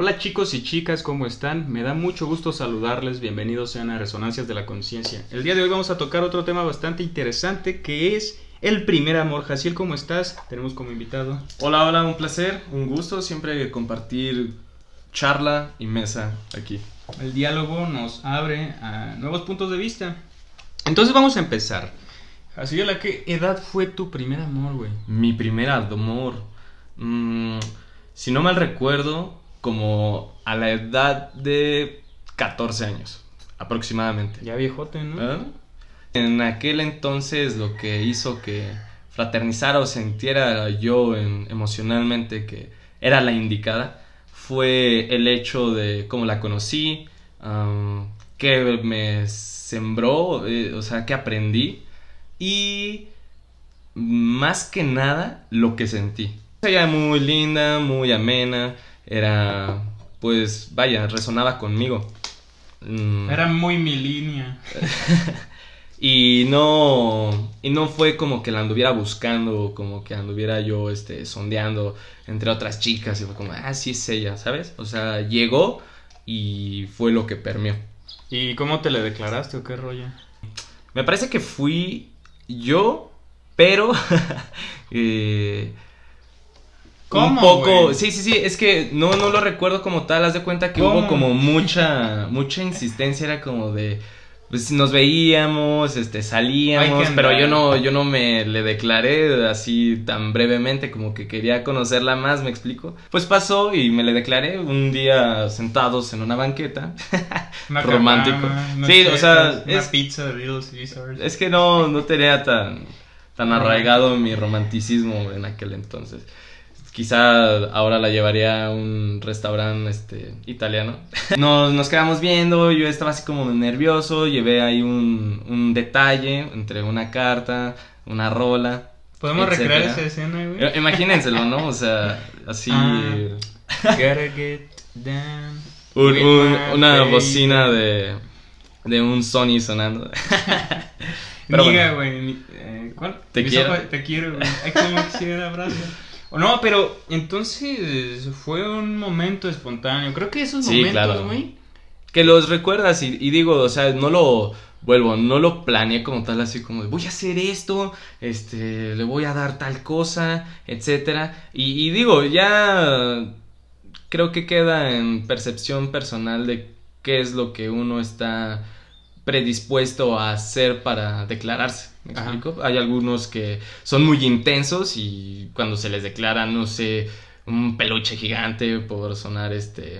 Hola chicos y chicas, ¿cómo están? Me da mucho gusto saludarles, bienvenidos sean a Resonancias de la Conciencia. El día de hoy vamos a tocar otro tema bastante interesante que es el primer amor. Jaciel, ¿cómo estás? Tenemos como invitado. Hola, hola, un placer, un gusto siempre compartir charla y mesa aquí. El diálogo nos abre a nuevos puntos de vista. Entonces vamos a empezar. Jaciel, ¿a qué edad fue tu primer amor, güey? Mi primer amor, si no mal recuerdo, como a la edad de 14 años, aproximadamente. Ya viejote, ¿no? ¿Ah? En aquel entonces lo que hizo que fraternizara o sintiera yo emocionalmente que era la indicada fue el hecho de cómo la conocí, que me sembró, o sea, que aprendí y más que nada lo que sentí. Ella muy linda, muy amena, era, pues, vaya, resonaba conmigo. Era muy mi línea. Y no fue como que la anduviera buscando, como que anduviera yo sondeando entre otras chicas y fue como, ah, sí es ella, ¿sabes? O sea, llegó y fue lo que permeó. ¿Y cómo te le declaraste o qué rollo? Me parece que fui yo, pero ¿Cómo, un poco, güey? sí, es que no lo recuerdo como tal, haz de cuenta que ¿Cómo? hubo como mucha insistencia, era como de pues nos veíamos, salíamos, pero yo no me le declaré así tan brevemente, como que quería conocerla más, ¿me explico? Pues pasó y me le declaré un día sentados en una banqueta. Una romántico. Cama, Sí, o sea, una pizza de Little Caesars. Es que no tenía tan arraigado mi romanticismo en aquel entonces. Quizá ahora la llevaría a un restaurante italiano. Nos quedamos viendo, yo estaba así como nervioso, llevé ahí un detalle entre una carta, una rola. ¿Podemos etcétera. recrear esa escena, güey? Imagínenselo, ¿no? O sea, así... Gotta get down una baby. bocina de un Sony sonando. Pero Niga, bueno. güey. ¿Cuál? Te quiero. Te quiero, güey. Ay, como quisiera abrazo. No, pero entonces fue un momento espontáneo. Creo que esos Sí, momentos, claro. güey. Que los recuerdas y digo, o sea, no lo planeé como tal, así como de, voy a hacer esto, le voy a dar tal cosa, etcétera. Y digo, ya creo que queda en percepción personal de qué es lo que uno está predispuesto a hacer para declararse. ¿Me explico? Hay algunos que son muy intensos y cuando se les declara, no sé, un peluche gigante por sonar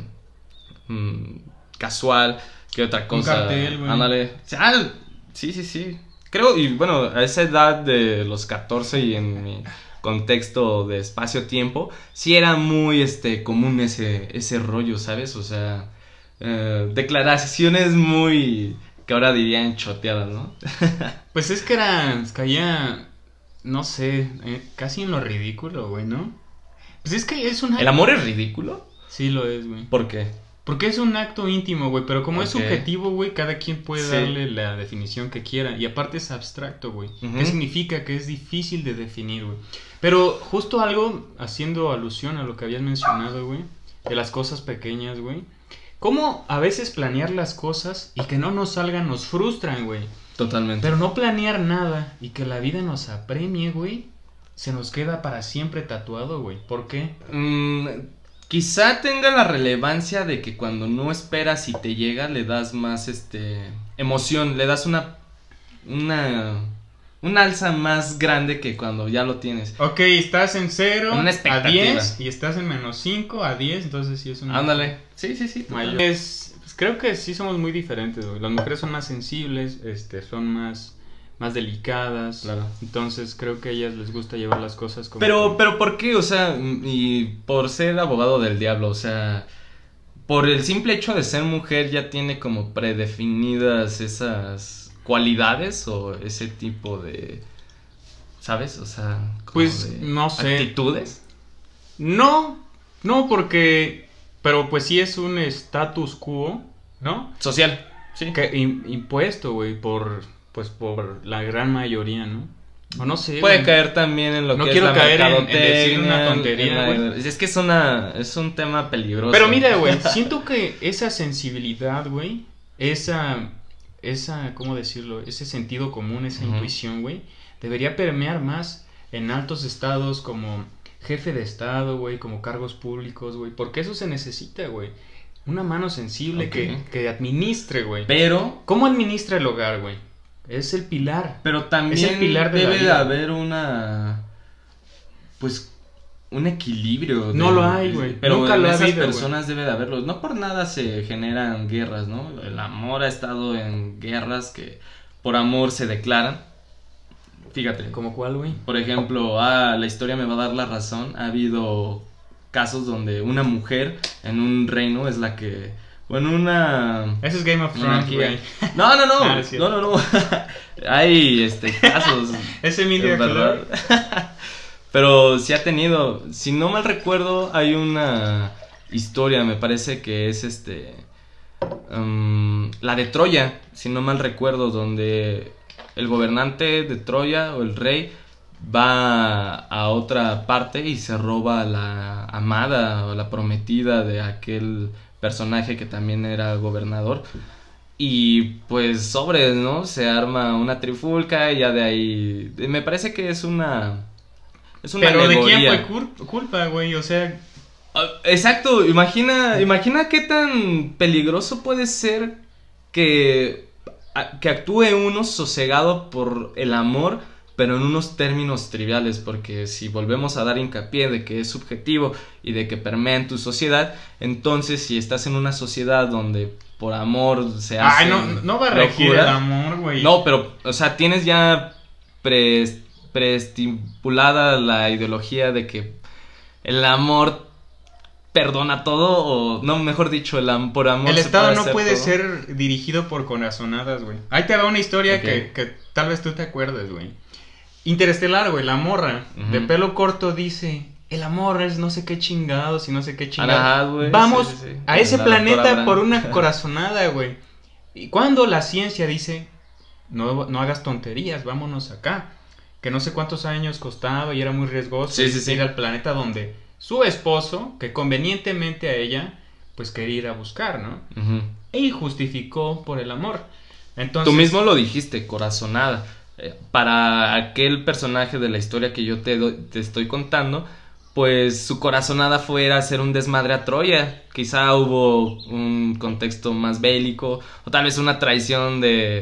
casual, que otra cosa. Un cartel, güey. Ándale. Sí. Creo, y bueno, a esa edad de los 14 y en mi contexto de espacio-tiempo, sí era muy común ese rollo, ¿sabes? O sea, declaraciones muy que ahora dirían choteadas, ¿no? Pues es que caía, no sé, casi en lo ridículo, güey, ¿no? Pues es que es una... ¿El amor es ridículo? Sí lo es, güey. ¿Por qué? Porque es un acto íntimo, güey, pero como es Ok. subjetivo, güey, cada quien puede Sí. darle la definición que quiera. Y aparte es abstracto, güey. Ujú. ¿Qué significa? Que es difícil de definir, güey. Pero justo algo, haciendo alusión a lo que habías mencionado, güey, de las cosas pequeñas, güey. ¿Cómo a veces planear las cosas y que no nos salgan nos frustran, güey? Totalmente. Pero no planear nada y que la vida nos apremie, güey, se nos queda para siempre tatuado, güey. ¿Por qué? Quizá tenga la relevancia de que cuando no esperas y te llega le das más emoción, le das una alza más grande que cuando ya lo tienes. Ok, estás en 0 Una a expectativa. 10 y estás en menos 5 a 10, entonces sí es un... Ándale. Sí. mayor. Pues creo que sí somos muy diferentes, güey. Las mujeres son más sensibles, son más delicadas. Claro. Entonces creo que a ellas les gusta llevar las cosas como... Pero ¿por qué? O sea, y por ser abogado del diablo, o sea, por el simple hecho de ser mujer ya tiene como predefinidas esas cualidades o ese tipo de, ¿sabes? O sea, como Pues de no sé. actitudes. No, porque... Pero pues sí es un status quo, ¿no? Social, sí. Que impuesto, güey, por la gran mayoría, ¿no? O no sé, Puede güey. caer también en lo No que quiero es la caer en mercadotecnia, decir una tontería, es que es un tema peligroso. Pero mira, güey, siento que esa sensibilidad, güey, ¿cómo decirlo? Ese sentido común, esa intuición, güey, debería permear más en altos estados como jefe de estado, güey, como cargos públicos, güey, porque eso se necesita, güey. Una mano sensible que administre, güey. Pero ¿Cómo administra el hogar, güey? Es el pilar. Pero también es el pilar de debe la de vida. haber un equilibrio. No lo hay, güey. Pero Nunca en lo ha esas habido, personas debe de haberlo. No por nada se generan guerras, ¿no? El amor ha estado en guerras que por amor se declaran. Fíjate. ¿Cómo cuál, güey? Por ejemplo, la historia me va a dar la razón. Ha habido casos donde una mujer en un reino es la que... Bueno, Ese es Game of Thrones, güey. No. Ah, es No. Hay casos. Ese Emilia ¿verdad? Pero sí ha tenido, si no mal recuerdo, hay una historia, me parece que es la de Troya, si no mal recuerdo, donde el gobernante de Troya o el rey va a otra parte y se roba a la amada o la prometida de aquel personaje que también era gobernador. Y pues sobres, ¿no? Se arma una trifulca y ya de ahí... Me parece que es una Pero alegoría. ¿de quién fue culpa, güey? O sea... Exacto, imagina qué tan peligroso puede ser que actúe uno sosegado por el amor, pero en unos términos triviales, porque si volvemos a dar hincapié de que es subjetivo y de que permea en tu sociedad, entonces si estás en una sociedad donde por amor se hace... Ay, no va a regir el amor, güey. No, pero, o sea, tienes ya preestipulada la ideología de que el amor perdona todo, o no, mejor dicho, por amor el se Estado no hacer puede todo. ser dirigido por corazonadas, güey. Ahí te va una historia Okay. que tal vez tú te acuerdes, güey. Interestelar, güey, la morra de pelo corto dice, el amor es no sé qué chingados y no sé qué chingados. Ajá, güey, Vamos sí. a ese La planeta doctora por Brand. una corazonada, güey. Y cuando la ciencia dice, no hagas tonterías, vámonos acá. Que no sé cuántos años costaba y era muy riesgoso ir al planeta donde su esposo, que convenientemente a ella, pues quería ir a buscar, ¿no? Y justificó por el amor. Entonces, Tú mismo lo dijiste, corazonada. Para aquel personaje de la historia que yo te estoy contando, pues su corazonada fue ir a hacer un desmadre a Troya. Quizá hubo un contexto más bélico, o tal vez una traición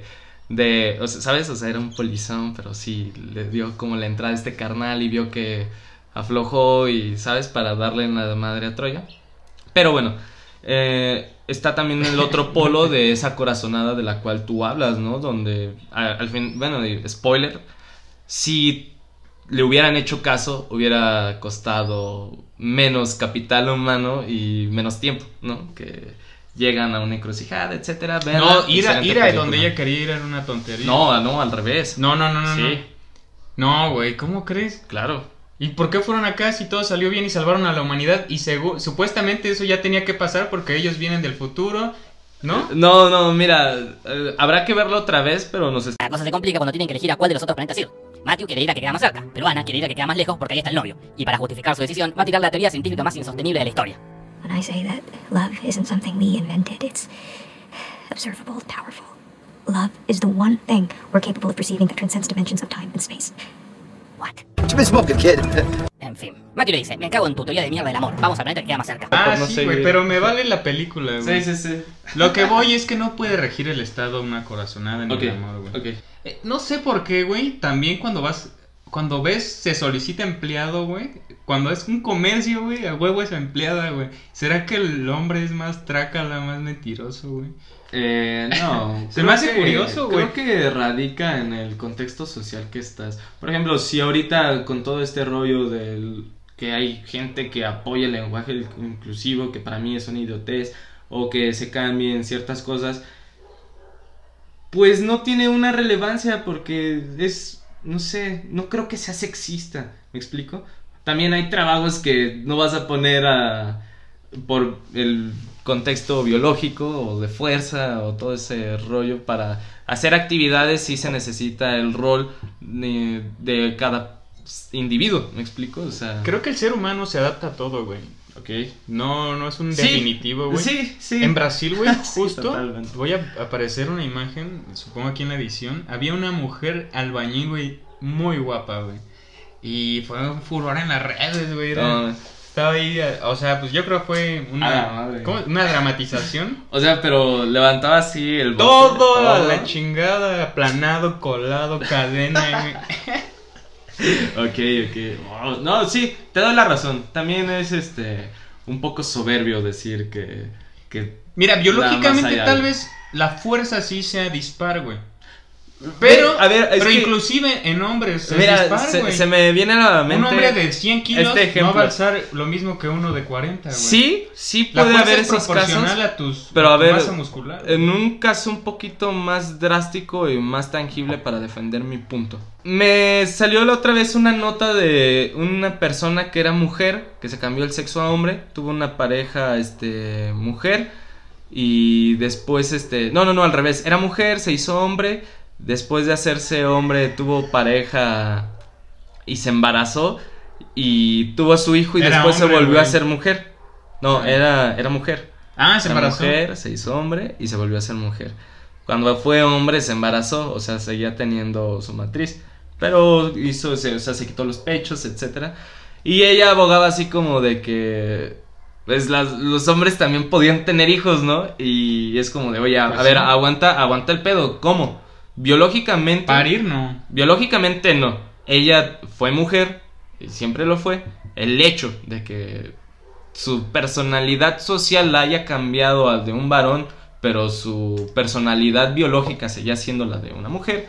o sea, ¿sabes? O sea, era un polizón, pero sí, le dio como la entrada a este carnal y vio que aflojó y, ¿sabes? Para darle en la madre a Troya. Pero bueno, está también el otro polo de esa corazonada de la cual tú hablas, ¿no? Donde, al fin, bueno, spoiler, si le hubieran hecho caso, hubiera costado menos capital humano y menos tiempo, ¿no? Que llegan a una encrucijada, etcétera. No, ir a donde ella quería ir era una tontería. No, al revés. No. Sí. No, güey, ¿cómo crees? Claro. ¿Y por qué fueron acá si todo salió bien y salvaron a la humanidad? Y supuestamente eso ya tenía que pasar porque ellos vienen del futuro, ¿no? No, mira, habrá que verlo otra vez, pero La cosa se complica cuando tienen que elegir a cuál de los otros planetas ir. Matthew quiere ir a que queda más cerca, pero Anna quiere ir a que queda más lejos porque ahí está el novio. Y para justificar su decisión, va a tirar la teoría científica más insostenible de la historia. When I say that love isn't something we invented, it's observable, powerful. Love is the one thing we're capable of perceiving that transcends dimensions of time and space. What? What you been smoking, kid? En fin, Matthew le dice, me cago en tu teoría de mierda del amor, vamos al planeta que queda más cerca. Ah, no sí, sé, güey, güey. pero me vale la película, güey. Sí. Lo que voy es que no puede regir el Estado una corazonada en Ok, el amor, güey. ok. No sé por qué, güey, también cuando ves se solicita empleado, güey, cuando es un comercio, güey, a huevo es empleada, güey. ¿Será que el hombre es más trácala, más mentiroso, güey? No. Se me hace curioso, güey. Creo que radica en el contexto social que estás. Por ejemplo, si ahorita con todo este rollo del que hay gente que apoya el lenguaje inclusivo, que para mí es una idiotez, o que se cambien ciertas cosas, pues no tiene una relevancia porque es, no sé, no creo que sea sexista, ¿me explico? También hay trabajos que no vas a poner por el contexto biológico o de fuerza o todo ese rollo. Para hacer actividades sí se necesita el rol de cada individuo, ¿me explico? O sea, Creo que el ser humano se adapta a todo, güey. ok. No es un Sí, definitivo, güey. sí, sí. En Brasil, güey, Sí, justo, totalmente. voy a aparecer una imagen, supongo aquí en la edición, había una mujer albañil, güey, muy guapa, güey. Y fue un furor en las redes, güey. No, Estaba ahí, o sea, pues yo creo que fue A la madre. una dramatización. o sea, pero levantaba así el bote. Todo a Todo. la chingada, aplanado, colado, cadena, güey. Ok. Wow. No, sí, te doy la razón. También es un poco soberbio decir que Mira, Nada biológicamente más hay tal algo. vez la fuerza sí sea dispar, güey. Pero, a ver, es pero que- inclusive en hombres es Mira, dispar, güey. se me viene a la mente. Un hombre de 100 kilos este ejemplo. no va a alzar lo mismo que uno de 40, güey. Sí La puede fuerza haber es esos proporcional casos. a tus Pero a ver, masa muscular. en un caso un poquito más drástico y más tangible para defender mi punto. Me salió la otra vez una nota de una persona que era mujer, que se cambió el sexo a hombre, tuvo una pareja mujer y después no, al revés, era mujer, se hizo hombre, después de hacerse hombre tuvo pareja y se embarazó y tuvo a su hijo y Era después hombre, se volvió güey. a ser mujer. No, era mujer. Ah, se Era embarazó. mujer, se hizo hombre y se volvió a ser mujer. Cuando fue hombre se embarazó, o sea, seguía teniendo su matriz, pero se quitó los pechos, etcétera. Y ella abogaba así como de que pues los hombres también podían tener hijos, ¿no? Y es como de, oye, a Pues ver, sí. aguanta el pedo, ¿cómo? Biológicamente Parir no. Biológicamente no. Ella fue mujer y siempre lo fue. El hecho de que su personalidad social la haya cambiado al de un varón, pero su personalidad biológica seguía siendo la de una mujer,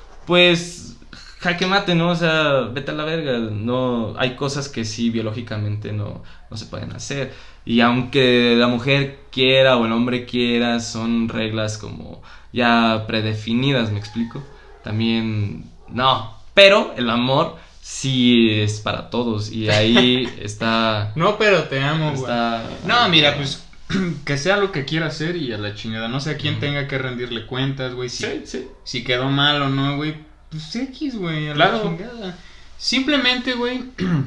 pues jaque mate, ¿no? O sea, vete a la verga. No, hay cosas que sí biológicamente no se pueden hacer. Y aunque la mujer quiera o el hombre quiera, son reglas como ya predefinidas, ¿me explico? También no, pero el amor sí es para todos y ahí está. No, pero te amo, güey. está No, mira, pues que sea lo que quiera hacer y a la chingada. No sé a quién tenga que rendirle cuentas, güey. Sí. Si quedó mal o no, güey. Pues X, güey, a Claro. la chingada. Simplemente, güey,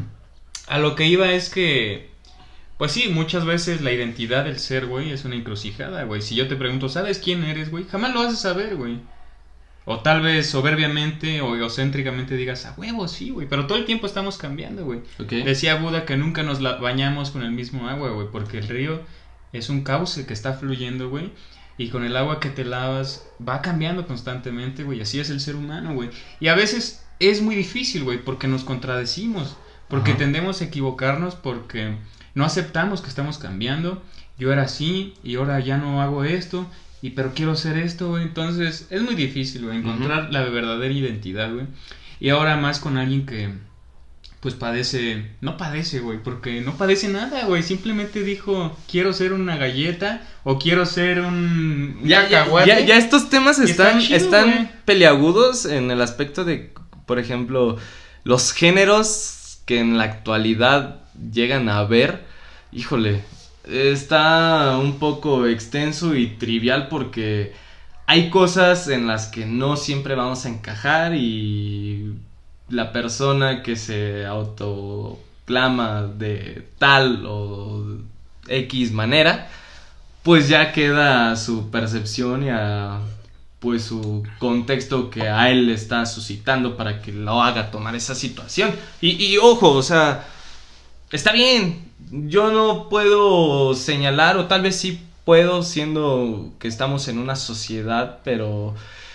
a lo que iba es que, pues sí, muchas veces la identidad del ser, güey, es una encrucijada, güey. Si yo te pregunto, ¿sabes quién eres, güey? Jamás lo vas a saber, güey. O tal vez soberbiamente o egocéntricamente digas, a huevo, sí, güey. Pero todo el tiempo estamos cambiando, güey. Ok. Decía Buda que nunca nos bañamos con el mismo agua, güey. Porque el río es un cauce que está fluyendo, güey. Y con el agua que te lavas va cambiando constantemente, güey. Así es el ser humano, güey. Y a veces es muy difícil, güey, porque nos contradecimos. Porque Ajá. tendemos a equivocarnos porque no aceptamos que estamos cambiando. Yo era así y ahora ya no hago esto. Pero quiero ser esto, güey. Entonces es muy difícil, güey, encontrar la verdadera identidad, güey. Y ahora más con alguien que, pues padece, no padece, güey, porque no padece nada, güey. Simplemente dijo, quiero ser una galleta o quiero ser un cacahuate. Ya estos temas Y está están chido, güey. peleagudos en el aspecto de, por ejemplo, los géneros que en la actualidad llegan a ver. Híjole, está un poco extenso y trivial porque hay cosas en las que no siempre vamos a encajar y la persona que se autoclama de tal o X manera, pues ya queda a su percepción y a pues su contexto que a él le está suscitando para que lo haga tomar esa situación. Y ojo, o sea, está bien. Yo no puedo señalar, o tal vez sí puedo, siendo que estamos en una sociedad, pero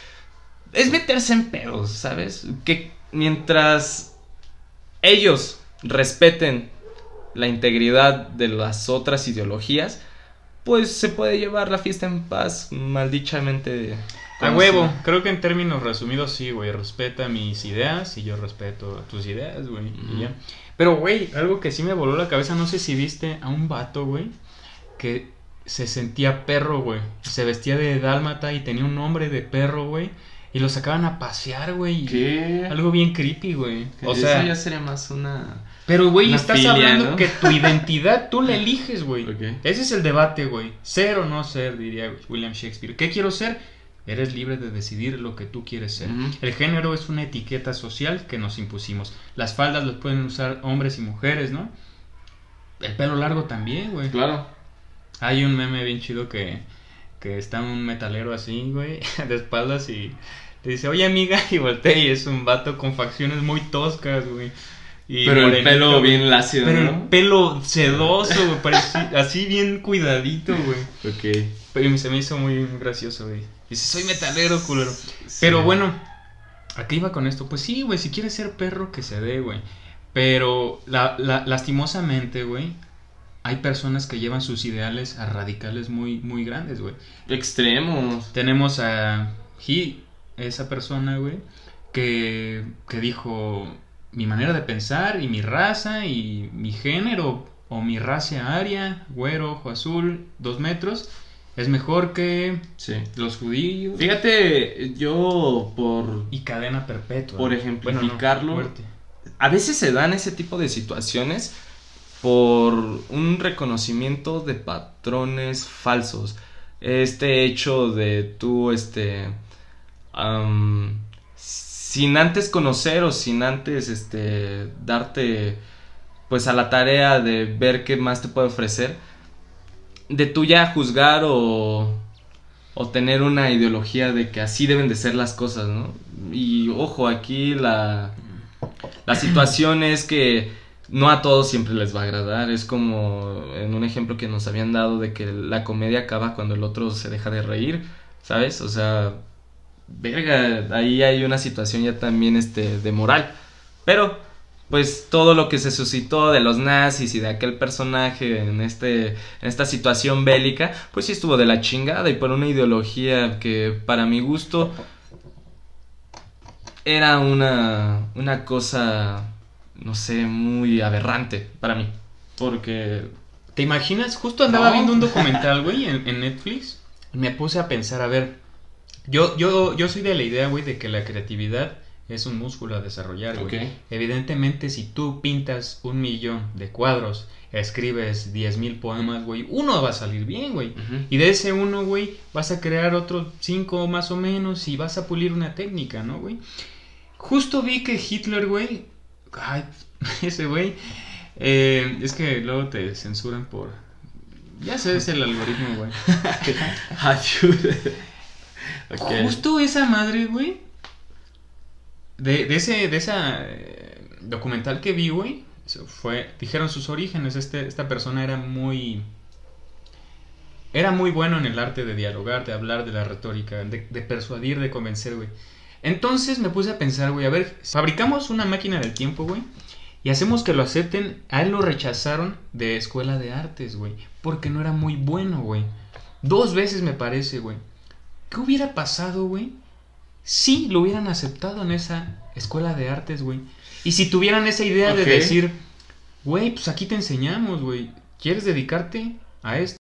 es meterse en pedos, ¿sabes? Que mientras ellos respeten la integridad de las otras ideologías, pues se puede llevar la fiesta en paz, maldichamente. A huevo, creo que en términos resumidos sí, güey, respeta mis ideas y yo respeto tus ideas, güey, y ya. Pero, güey, algo que sí me voló la cabeza, no sé si viste a un vato, güey, que se sentía perro, güey. Se vestía de dálmata y tenía un nombre de perro, güey. y lo sacaban a pasear, güey. ¿Qué? Algo bien creepy, güey. O Eso sea, ya sería más una... pero, güey, una estás filia, hablando ¿no? que tu identidad tú la eliges, güey. Ok. Ese es el debate, güey. Ser o no ser, diría William Shakespeare. ¿Qué quiero ser? Eres libre de decidir lo que tú quieres ser. Ujú. El género es una etiqueta social que nos impusimos. Las faldas las pueden usar hombres y mujeres, ¿no? El pelo largo también, güey. Claro. Hay un meme bien chido que está un metalero así, güey, de espaldas y te dice, oye, amiga, y voltea y es un vato con facciones muy toscas, güey. Y Pero el morenito, pelo güey. bien lacio, Pero ¿no? el pelo sedoso, güey, así bien cuidadito, güey. Ok. Pero se me hizo muy gracioso, güey. Dice, soy metalero, culero. Pero bueno, ¿a qué iba con esto? Pues sí, güey, si quieres ser perro, que se dé, güey. Pero lastimosamente, güey, hay personas que llevan sus ideales a radicales muy, muy grandes, güey. Extremos. Tenemos a esa persona, güey, que dijo, mi manera de pensar y mi raza y mi género o mi raza aria, güero, ojo azul, 2 metros, es mejor que Sí. los judíos. Fíjate, yo por... Y cadena perpetua. Por ¿no? ejemplificarlo, Bueno, no, muerte. A veces se dan ese tipo de situaciones por un reconocimiento de patrones falsos. Este hecho de tú, sin antes conocer o sin antes, darte, pues, a la tarea de ver qué más te puede ofrecer, de tú ya juzgar o tener una ideología de que así deben de ser las cosas, ¿no? Y ojo, aquí la situación es que no a todos siempre les va a agradar. Es como en un ejemplo que nos habían dado de que la comedia acaba cuando el otro se deja de reír, ¿sabes? O sea, verga, ahí hay una situación ya también de moral. Pero pues todo lo que se suscitó de los nazis y de aquel personaje en esta situación bélica, pues sí estuvo de la chingada, y por una ideología que para mi gusto era una cosa, no sé, muy aberrante para mí. Porque... ¿Te imaginas? Justo andaba No. viendo un documental, güey, en Netflix. Me puse a pensar, a ver, yo soy de la idea, güey, de que la creatividad es un músculo a desarrollar, güey. Ok. Evidentemente, si tú pintas 1,000,000 de cuadros, escribes 10,000 poemas, güey, uno va a salir bien, güey. Ujú. Y de ese uno, güey, vas a crear otros 5 más o menos y vas a pulir una técnica, ¿no, güey? Justo vi que Hitler, güey, ay, ese güey, es que luego te censuran por... Ya sé, es el algoritmo, güey. Ayuda. Ok. Justo esa madre, güey, de esa documental que vi, güey, dijeron sus orígenes. Esta persona era muy bueno en el arte de dialogar, de hablar, de la retórica, de persuadir, de convencer, güey. Entonces me puse a pensar, güey, a ver, fabricamos una máquina del tiempo, güey, y hacemos que lo acepten. A él lo rechazaron de escuela de artes, güey, porque no era muy bueno, güey. 2 veces me parece, güey. ¿Qué hubiera pasado, güey, si lo hubieran aceptado en esa escuela de artes, güey? Y si tuvieran esa idea de Ok. decir, güey, pues aquí te enseñamos, güey, ¿quieres dedicarte a esto?